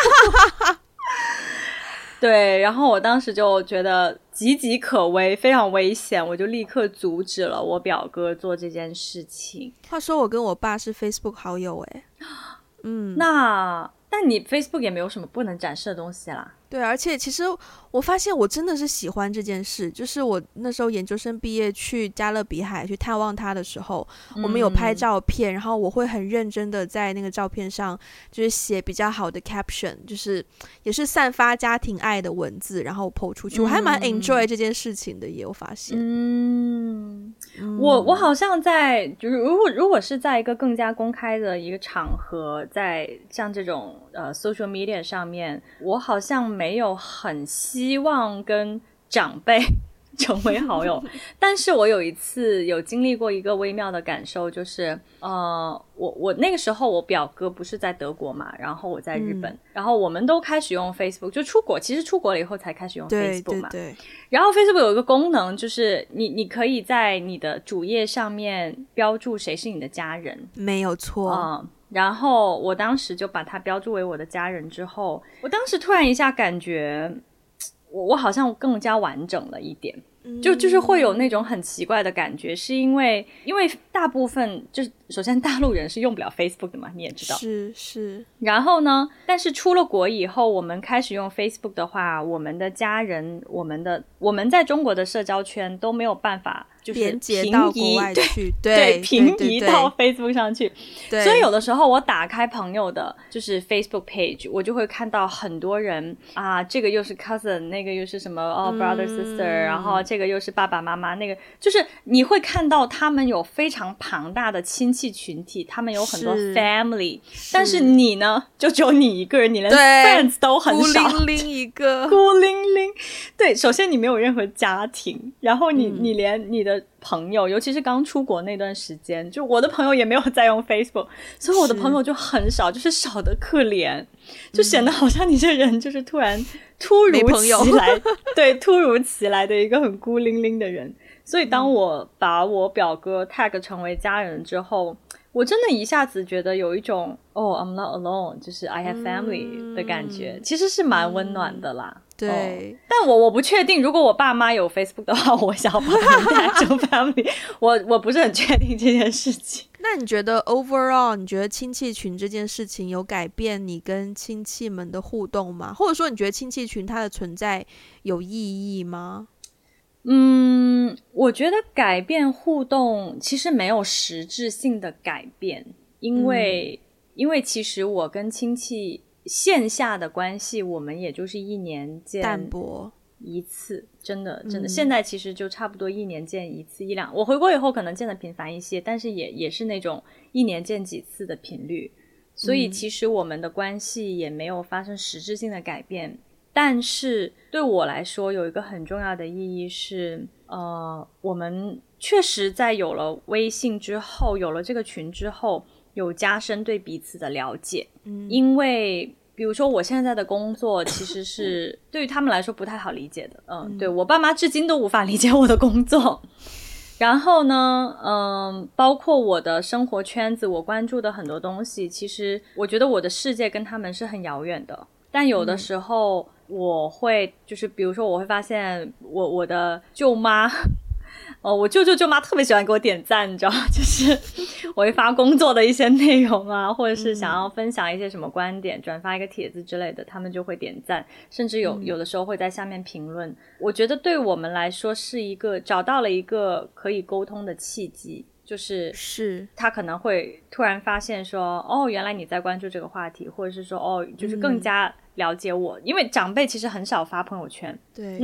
S1: 对，然后我当时就觉得岌岌可危，非常危险，我就立刻阻止了我表哥做这件事情。
S2: 话说我跟我爸是 Facebook 好友诶。嗯，
S1: 那但你 Facebook 也没有什么不能展示的东西啦。
S2: 对，而且其实我发现我真的是喜欢这件事，就是我那时候研究生毕业去加勒比海去探望他的时候、嗯、我们有拍照片，然后我会很认真的在那个照片上就是写比较好的 caption， 就是也是散发家庭爱的文字，然后 po 出去、嗯、我还蛮 enjoy 这件事情的也有发现。
S1: 嗯，我我好像在就是如果如果是在一个更加公开的一个场合，在像这种呃 social media 上面，我好像没没有很希望跟长辈成为好友但是我有一次有经历过一个微妙的感受，就是呃，我我那个时候我表哥不是在德国嘛，然后我在日本、嗯、然后我们都开始用 Facebook， 就出国，其实出国了以后才开始用 Facebook 嘛。
S2: 对对对。
S1: 然后 Facebook 有一个功能，就是你你可以在你的主页上面标注谁是你的家人。
S2: 没有错。
S1: 嗯，然后我当时就把它标注为我的家人之后，我当时突然一下感觉我我好像更加完整了一点，就就是会有那种很奇怪的感觉，是因为因为大部分就是首先大陆人是用不了 Facebook 的嘛，你也知道。
S2: 是是。
S1: 然后呢，但是出了国以后，我们开始用 Facebook 的话，我们的家人，我们的我们在中国的社交圈都没有办法就是
S2: 连接到国外去，
S1: 对 对, 对平移到 Facebook 上去。对，所以有的时候我打开朋友的就是 Facebook page， 我就会看到很多人啊，这个又是 cousin， 那个又是什么哦、oh, brother sister、嗯、然后这个又是爸爸妈妈，那个就是你会看到他们有非常庞大的亲戚群体，他们有很多 family， 是，但是你呢就只有你一个人，你连 friends 都很少，
S2: 孤零零一个
S1: 孤零零。对，首先你没有任何家庭，然后你、嗯、你连你的朋友，尤其是刚出国那段时间，就我的朋友也没有在用 Facebook， 所以我的朋友就很少，就是少得可怜，就显得好像你这人就是突然突如其来对，突如其来的一个很孤零零的人。所以当我把我表哥 tag 成为家人之后，我真的一下子觉得有一种哦 I'm not alone， 就是 I have family 的感觉、嗯、其实是蛮温暖的啦、嗯、
S2: 对、
S1: 哦、但我我不确定，如果我爸妈有 Facebook 的话，我想要把他们带成 family 我我不是很确定这件事情。
S2: 那你觉得 overall 你觉得亲戚群这件事情有改变你跟亲戚们的互动吗？或者说你觉得亲戚群它的存在有意义吗？
S1: 嗯，我觉得改变互动其实没有实质性的改变，因为、嗯、因为其实我跟亲戚线下的关系，我们也就是一年见
S2: 淡薄
S1: 一次，真的真的、嗯、现在其实就差不多一年见一次一两，我回国以后可能见得频繁一些，但是也也是那种一年见几次的频率，所以其实我们的关系也没有发生实质性的改变。但是对我来说有一个很重要的意义是呃，我们确实在有了微信之后，有了这个群之后，有加深对彼此的了解、嗯、因为比如说我现在的工作其实是对于他们来说不太好理解的，嗯，嗯对，我爸妈至今都无法理解我的工作。然后呢嗯，包括我的生活圈子，我关注的很多东西，其实我觉得我的世界跟他们是很遥远的。但有的时候我会就是比如说我会发现我我的舅妈哦，我舅舅舅妈特别喜欢给我点赞，你知道，就是我会发工作的一些内容啊，或者是想要分享一些什么观点、嗯、转发一个帖子之类的，他们就会点赞，甚至有、嗯、有的时候会在下面评论。我觉得对我们来说是一个找到了一个可以沟通的契机，就是是他可能会突然发现说哦，原来你在关注这个话题，或者是说哦，就是更加了解我、嗯、因为长辈其实很少发朋友圈，对，那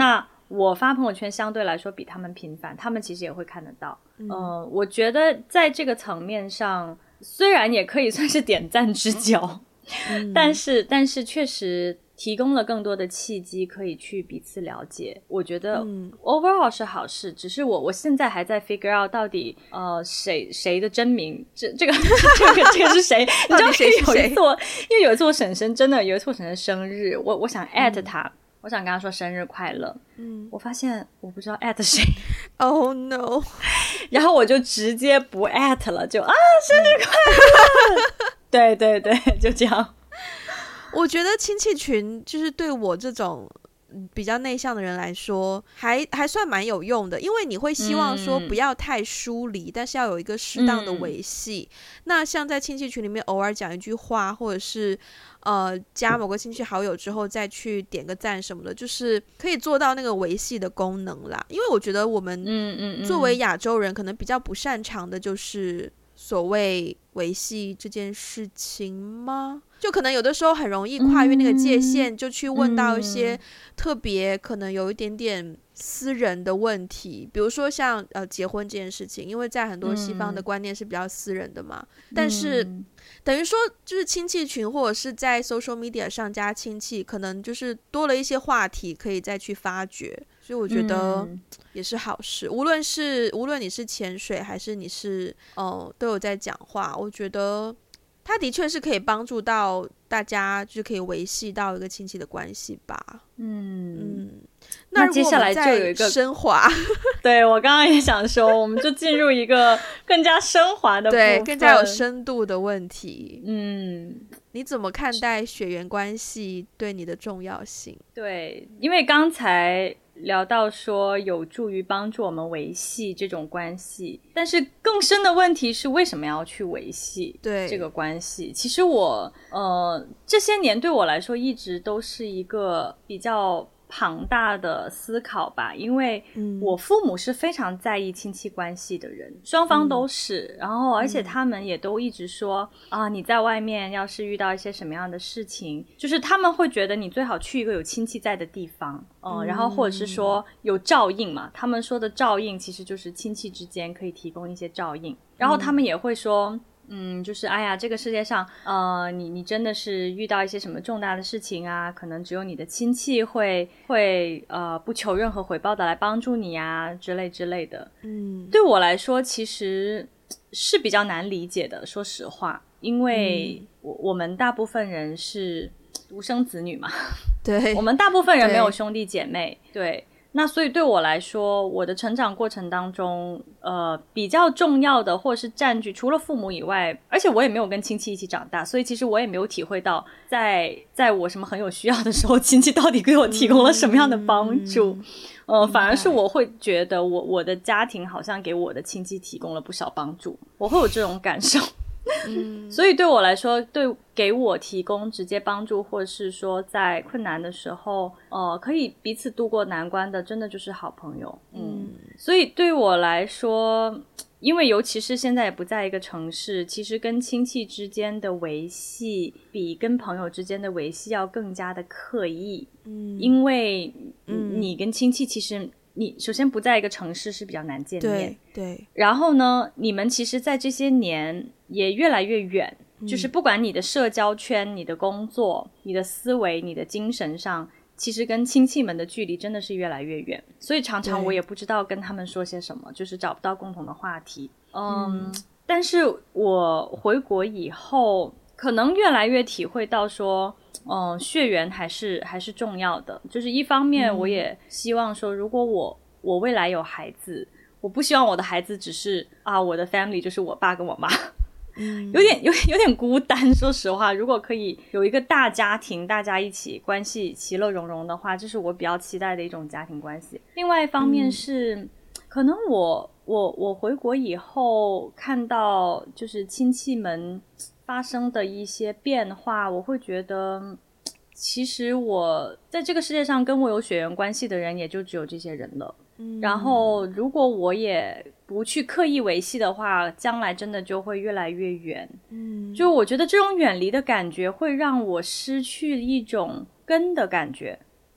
S1: 我发朋友圈相对来说比他们频繁，他们其实也会看得到。嗯、呃，我觉得在这个层面上虽然也可以算是点赞之交、嗯、但是但是确实提供了更多的契机可以去彼此了解，我觉得 overall 是好事、嗯、只是我我现在还在 figure out 到底呃谁谁的真名，这这个这个这个是谁你知道谁是谁？有一次我因为有一次我婶婶真的有一次我婶婶生日，我我想 at 她、嗯、我想跟她说生日快乐，嗯，我发现我不知道 at 谁
S2: ，Oh no
S1: 然后我就直接不 at 了，就啊生日快乐对对对，就这样。
S2: 我觉得亲戚群就是对我这种比较内向的人来说还还算蛮有用的，因为你会希望说不要太疏离、嗯、但是要有一个适当的维系、嗯、那像在亲戚群里面偶尔讲一句话，或者是呃加某个亲戚好友之后再去点个赞什么的，就是可以做到那个维系的功能啦。因为我觉得我们作为亚洲人可能比较不擅长的就是所谓维系这件事情吗？就可能有的时候很容易跨越那个界限、嗯、就去问到一些特别可能有一点点私人的问题，比如说像呃结婚这件事情，因为在很多西方的观念是比较私人的嘛、嗯、但是等于说就是亲戚群或者是在 social media 上加亲戚，可能就是多了一些话题可以再去发掘，所以我觉得也是好事、嗯、无论是无论你是潜水还是你是呃都有在讲话，我觉得它的确是可以帮助到大家，就是可以维系到一个亲戚的关系吧。嗯嗯，
S1: 那接下来就有一个
S2: 升华
S1: 对，我刚刚也想说我们就进入一个更加升华的部分，
S2: 对，更加有深度的问题。嗯，你怎么看待血缘关系对你的重要性？
S1: 对，因为刚才聊到说有助于帮助我们维系这种关系，但是更深的问题是为什么要去维系这个关系？其实我呃这些年对我来说一直都是一个比较庞大的思考吧，因为我父母是非常在意亲戚关系的人，双方都是、嗯、然后而且他们也都一直说、嗯、啊，你在外面要是遇到一些什么样的事情，就是他们会觉得你最好去一个有亲戚在的地方，嗯，然后或者是说有照应嘛，他们说的照应其实就是亲戚之间可以提供一些照应，然后他们也会说嗯，就是哎呀，这个世界上，呃，你你真的是遇到一些什么重大的事情啊，可能只有你的亲戚会会呃不求任何回报的来帮助你啊，之类之类的。嗯，对我来说其实是比较难理解的，说实话，因为我、嗯、我们大部分人是独生子女嘛，
S2: 对，
S1: 我们大部分人没有兄弟姐妹， 对, 对，那所以对我来说，我的成长过程当中呃，比较重要的或是占据除了父母以外，而且我也没有跟亲戚一起长大，所以其实我也没有体会到在在我什么很有需要的时候，亲戚到底给我提供了什么样的帮助、嗯、呃，反而是我会觉得我我的家庭好像给我的亲戚提供了不少帮助，我会有这种感受嗯，所以对我来说，对给我提供直接帮助，或者是说在困难的时候呃，可以彼此度过难关的，真的就是好朋友。 嗯, 嗯所以对我来说，因为尤其是现在也不在一个城市，其实跟亲戚之间的维系比跟朋友之间的维系要更加的刻意。嗯，因为你跟亲戚其实你首先不在一个城市是比较难见面，
S2: 对对，
S1: 然后呢你们其实在这些年也越来越远、嗯、就是不管你的社交圈、你的工作、你的思维、你的精神上，其实跟亲戚们的距离真的是越来越远，所以常常我也不知道跟他们说些什么，就是找不到共同的话题。 嗯, 嗯但是我回国以后可能越来越体会到说嗯，血缘还是还是重要的，就是一方面我也希望说如果我我未来有孩子，我不希望我的孩子只是啊我的 family 就是我爸跟我妈，嗯，有点有有点孤单，说实话，如果可以有一个大家庭，大家一起关系其乐融融的话，这是我比较期待的一种家庭关系。另外一方面是、嗯、可能我我我回国以后看到就是亲戚们发生的一些变化，我会觉得其实我在这个世界上跟我有血缘关系的人也就只有这些人了、嗯、然后如果我也不去刻意维系的话，将来真的就会越来越远。嗯，就我觉得这种远离的感觉会让我失去一种根的感觉。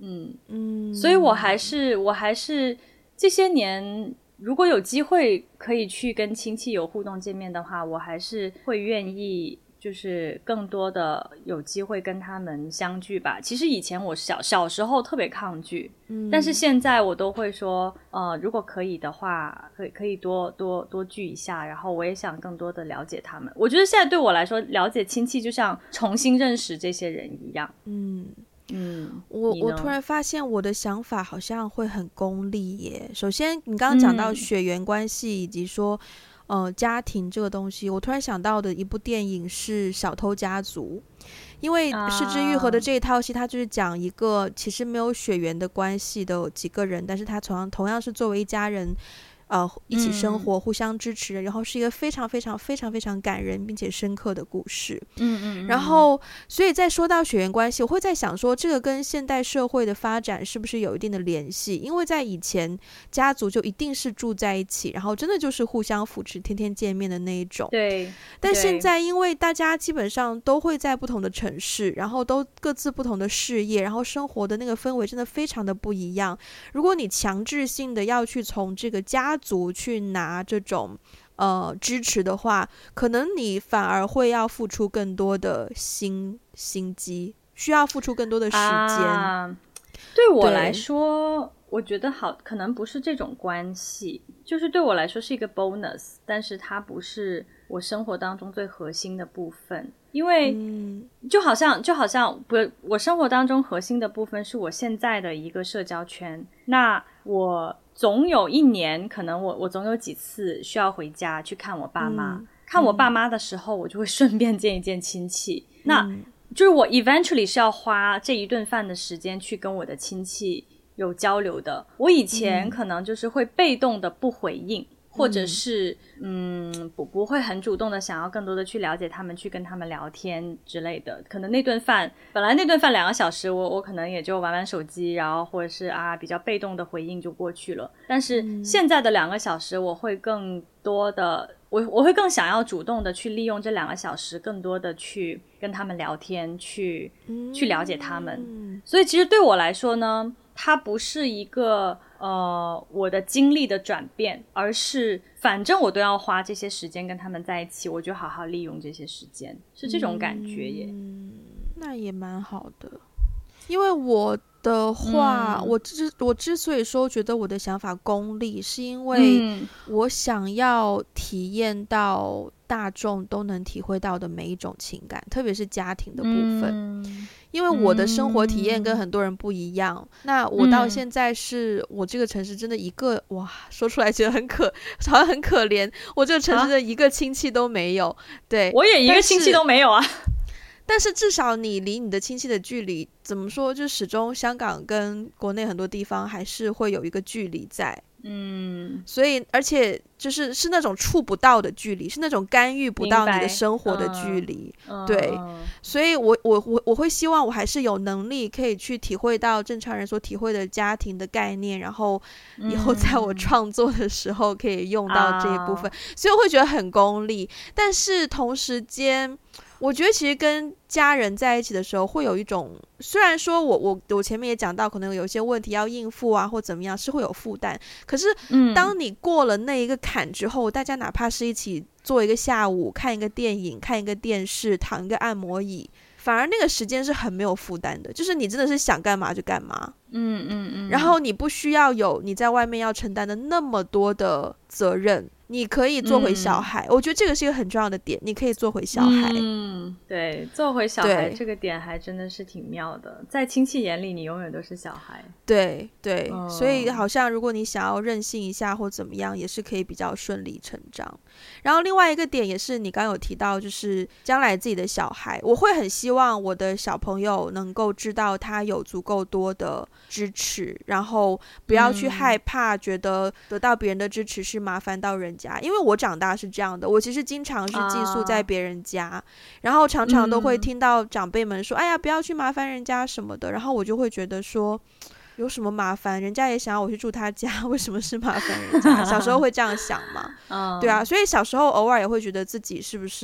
S1: 嗯嗯，所以我还是我还是这些年如果有机会可以去跟亲戚有互动见面的话，我还是会愿意就是更多的有机会跟他们相聚吧。其实以前我小小时候特别抗拒，嗯，但是现在我都会说呃，如果可以的话可以可以多多多聚一下，然后我也想更多的了解他们。我觉得现在对我来说了解亲戚就像重新认识这些人一样。
S2: 嗯嗯，我我突然发现我的想法好像会很功利耶。首先你刚刚讲到血缘关系以及说、嗯、呃家庭这个东西，我突然想到的一部电影是《小偷家族》，因为是枝裕和的这一套戏，它就是讲一个其实没有血缘的关系的几个人，但是他同样同样是作为一家人呃，一起生活、嗯、互相支持，然后是一个非常非常非常非常感人并且深刻的故事。嗯嗯, 嗯然后所以在说到血缘关系，我会在想说这个跟现代社会的发展是不是有一定的联系，因为在以前家族就一定是住在一起，然后真的就是互相扶持天天见面的那一种。
S1: 对，
S2: 但现在因为大家基本上都会在不同的城市，然后都各自不同的事业，然后生活的那个氛围真的非常的不一样。如果你强制性的要去从这个家族去拿这种呃支持的话，可能你反而会要付出更多的心心机，需要付出更多的时间、啊、
S1: 对我来说我觉得好，可能不是这种关系，就是对我来说是一个 bonus， 但是它不是我生活当中最核心的部分。因为就好像就好像不，我生活当中核心的部分是我现在的一个社交圈，那我总有一年可能我我总有几次需要回家去看我爸妈、嗯、看我爸妈的时候、嗯、我就会顺便见一见亲戚、嗯、那就是我 eventually 是要花这一顿饭的时间去跟我的亲戚有交流的。我以前可能就是会被动的不回应、嗯、或者是嗯不不会很主动的想要更多的去了解他们，去跟他们聊天之类的。可能那顿饭本来那顿饭两个小时我我可能也就玩玩手机，然后或者是啊比较被动的回应就过去了。但是现在的两个小时我会更多的我我会更想要主动的去利用这两个小时，更多的去跟他们聊天，去去了解他们。所以其实对我来说呢，它不是一个呃我的经历的转变，而是反正我都要花这些时间跟他们在一起，我就好好利用这些时间，是这种感觉耶。
S2: 嗯，那也蛮好的。因为我的话、嗯、我之我之所以说觉得我的想法功利，是因为我想要体验到大众都能体会到的每一种情感，特别是家庭的部分、嗯、因为我的生活体验跟很多人不一样、嗯、那我到现在是我这个城市真的一个哇说出来觉得很可好像很可怜，我这个城市的一个亲戚都没有、啊、对，
S1: 我也一个亲戚都没有啊。
S2: 但是至少你离你的亲戚的距离怎么说，就始终香港跟国内很多地方还是会有一个距离在，嗯，所以而且就是是那种触不到的距离，是那种干预不到你的生活的距离、嗯、对、嗯、所以我我我我会希望我还是有能力可以去体会到正常人所体会的家庭的概念，然后以后在我创作的时候可以用到这一部分、嗯、所以我会觉得很功利。但是同时间我觉得其实跟家人在一起的时候会有一种，虽然说我我我前面也讲到可能有一些问题要应付啊或怎么样是会有负担，可是当你过了那一个坎之后、嗯、大家哪怕是一起做一个下午，看一个电影，看一个电视，躺一个按摩椅，反而那个时间是很没有负担的，就是你真的是想干嘛就干嘛。嗯嗯嗯，然后你不需要有你在外面要承担的那么多的责任，你可以做回小孩、嗯、我觉得这个是一个很重要的点，你可以做回小孩。
S1: 嗯，对，做回小孩这个点还真的是挺妙的，在亲戚眼里你永远都是小孩。
S2: 对对、嗯、所以好像如果你想要任性一下或怎么样也是可以比较顺理成章。然后另外一个点也是你刚刚有提到，就是将来自己的小孩，我会很希望我的小朋友能够知道他有足够多的支持，然后不要去害怕觉得得到别人的支持是麻烦到人家、嗯、因为我长大是这样的，我其实经常是寄宿在别人家、啊、然后常常都会听到长辈们说、嗯、哎呀不要去麻烦人家什么的，然后我就会觉得说有什么麻烦，人家也想要我去住他家，为什么是麻烦人家小时候会这样想嘛、嗯、对啊，所以小时候偶尔也会觉得自己是不是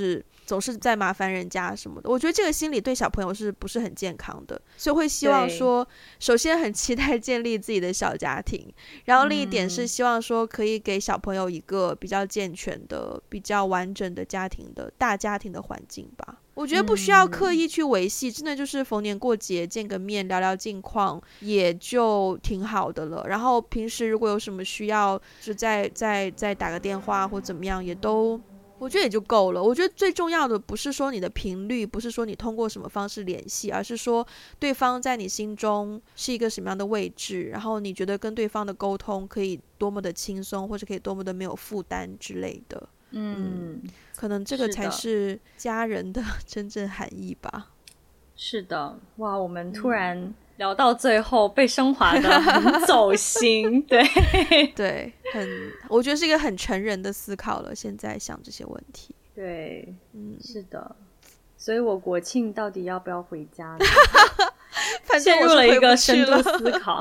S2: 总是在麻烦人家什么的，我觉得这个心理对小朋友是不是很健康的，所以会希望说首先很期待建立自己的小家庭，然后另一点是希望说可以给小朋友一个比较健全的比较完整的家庭的大家庭的环境吧。我觉得不需要刻意去维系、嗯、真的就是逢年过节见个面聊聊近况也就挺好的了，然后平时如果有什么需要就再再再打个电话或怎么样也都我觉得也就够了。我觉得最重要的不是说你的频率，不是说你通过什么方式联系，而是说对方在你心中是一个什么样的位置，然后你觉得跟对方的沟通可以多么的轻松，或者可以多么的没有负担之类的。嗯，可能这个才是家人的真正含义吧。
S1: 是的，哇，我们突然聊到最后被升华的很走心对
S2: 对，很我觉得是一个很成人的思考了，现在想这些问题。
S1: 对，嗯，是的，所以我国庆到底要不要回家呢？陷入了一个深度思考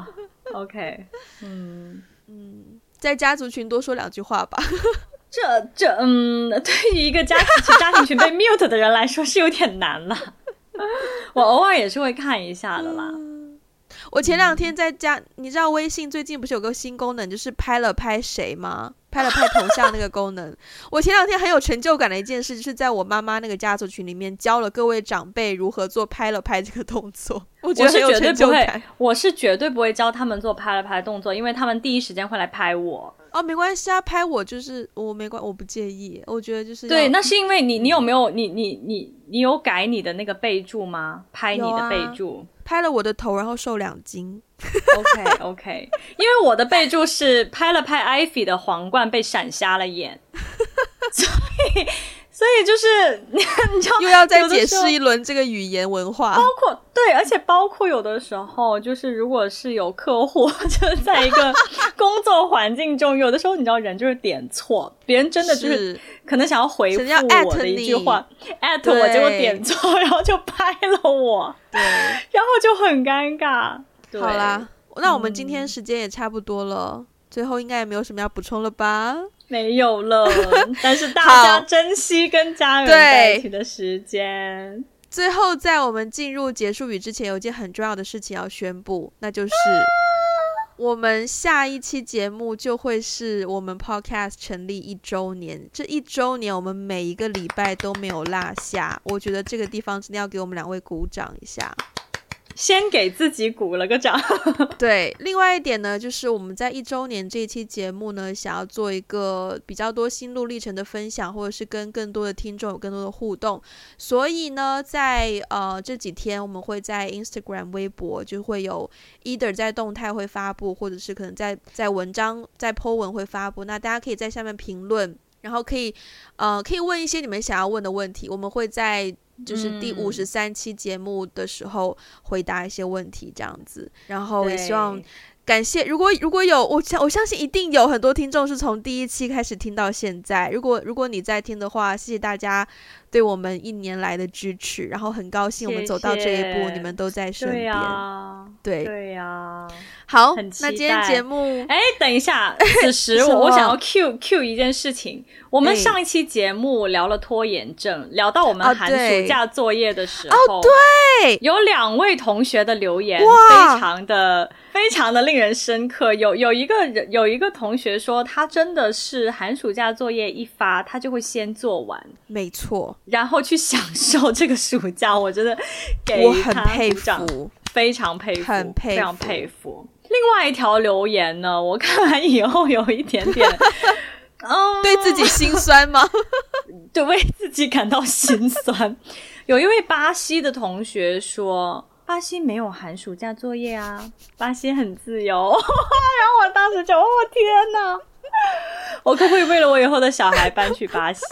S1: OK 嗯
S2: 嗯，在家族群多说两句话吧。
S1: 这这嗯，对于一个家庭家庭群被 mute 的人来说是有点难了。我偶尔也是会看一下的啦。
S2: 嗯、我前两天在家，你知道微信最近不是有个新功能，就是拍了拍谁吗？拍了拍头像那个功能。我前两天很有成就感的一件事，就是在我妈妈那个家族群里面教了各位长辈如何做拍了拍这个动作。我觉得很有成就感。
S1: 我是绝对不会教他们做拍了拍动作，因为他们第一时间会来拍我。
S2: 哦，没关系啊，拍我就是我没关，我不介意。我觉得就是
S1: 对，那是因为你你有没有你你你你有改你的那个备注吗？拍你的备注、啊、
S2: 拍了我的头，然后瘦两斤。
S1: OK OK， 因为我的备注是拍了拍 Ivy 的皇冠被闪瞎了眼，所以所以就是你知道
S2: 又要再解释一轮这个语言文化，
S1: 包括对，而且包括有的时候就是如果是有客户就是在一个工作环境中，有的时候你知道人就是点错，别人真的就是可能想要回复我的一句话 at 我，结果点错，然后就拍了我，对，然后就很尴尬。
S2: 好啦，那我们今天时间也差不多了、嗯、最后应该也没有什么要补充了吧？
S1: 没有了。但是大家珍惜跟家人在一起的时间。
S2: 最后在我们进入结束语之前，有一件很重要的事情要宣布，那就是我们下一期节目就会是我们 podcast 成立一周年，这一周年我们每一个礼拜都没有落下，我觉得这个地方真的要给我们两位鼓掌一下，
S1: 先给自己鼓了个掌。
S2: 对，另外一点呢，就是我们在一周年这一期节目呢，想要做一个比较多心路历程的分享，或者是跟更多的听众有更多的互动，所以呢在呃这几天我们会在 Instagram 微博就会有 either 在动态会发布，或者是可能在在文章在 po 文会发布，那大家可以在下面评论，然后可以呃可以问一些你们想要问的问题，我们会在就是第五十三期节目的时候回答一些问题这样子，然后也希望感谢，如果如果有我我相信一定有很多听众是从第一期开始听到现在，如果如果你在听的话，谢谢大家对我们一年来的支持，然后很高兴我们走到这一步，谢谢你们都在身边。对
S1: 啊，
S2: 对
S1: 对啊，
S2: 好，那今天节目，
S1: 哎，等一下，此时我我想要 Q Q 一件事情，我们上一期节目聊了拖延症，聊到我们寒暑假作业的时候，
S2: 哦，对，
S1: 有两位同学的留言非常的非常的令人深刻，有有一个人有一个同学说，他真的是寒暑假作业一发，他就会先做完，
S2: 没错，
S1: 然后去享受这个暑假，我真的给他
S2: 我很佩服，
S1: 非常佩服，
S2: 很佩服，
S1: 非常佩服。另外一条留言呢，我看完以后有一点点
S2: 嗯，对自己心酸吗？
S1: 对，为自己感到心酸。有一位巴西的同学说，巴西没有寒暑假作业啊，巴西很自由。然后我当时就哦天哪，我可不可以为了我以后的小孩搬去巴西？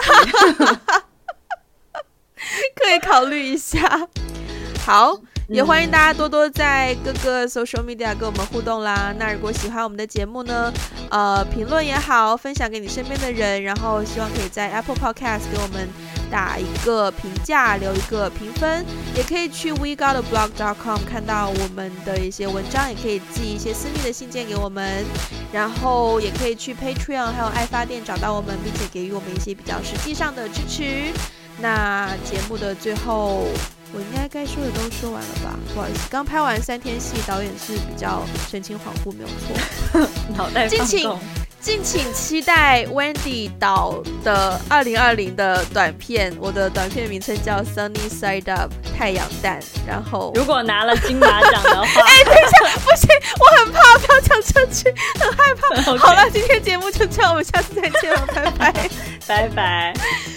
S2: 可以考虑一下。好，也欢迎大家多多在各个 social media 跟我们互动啦。那如果喜欢我们的节目呢，呃，评论也好，分享给你身边的人，然后希望可以在 Apple Podcast 给我们打一个评价，留一个评分，也可以去 we got a blog dot com 看到我们的一些文章，也可以寄一些私密的信件给我们，然后也可以去 Patreon 还有爱发电找到我们，并且给予我们一些比较实际上的支持。 那节目的最后，我应该该说的都说完了吧？不好意思，刚拍完三天戏，导演是比较神情恍惚，没有错。
S1: 脑袋放空。
S2: 敬请期待 Wendy 导的二零二零的短片，我的短片名称叫 Sunny Side Up 太阳蛋。然后
S1: 如果拿了金马奖的话，
S2: 哎、欸，等一下，不行，我很怕，不要讲这句，很害怕。Okay. 好了，今天节目就这样，我们下次再见了，拜拜，
S1: 拜拜。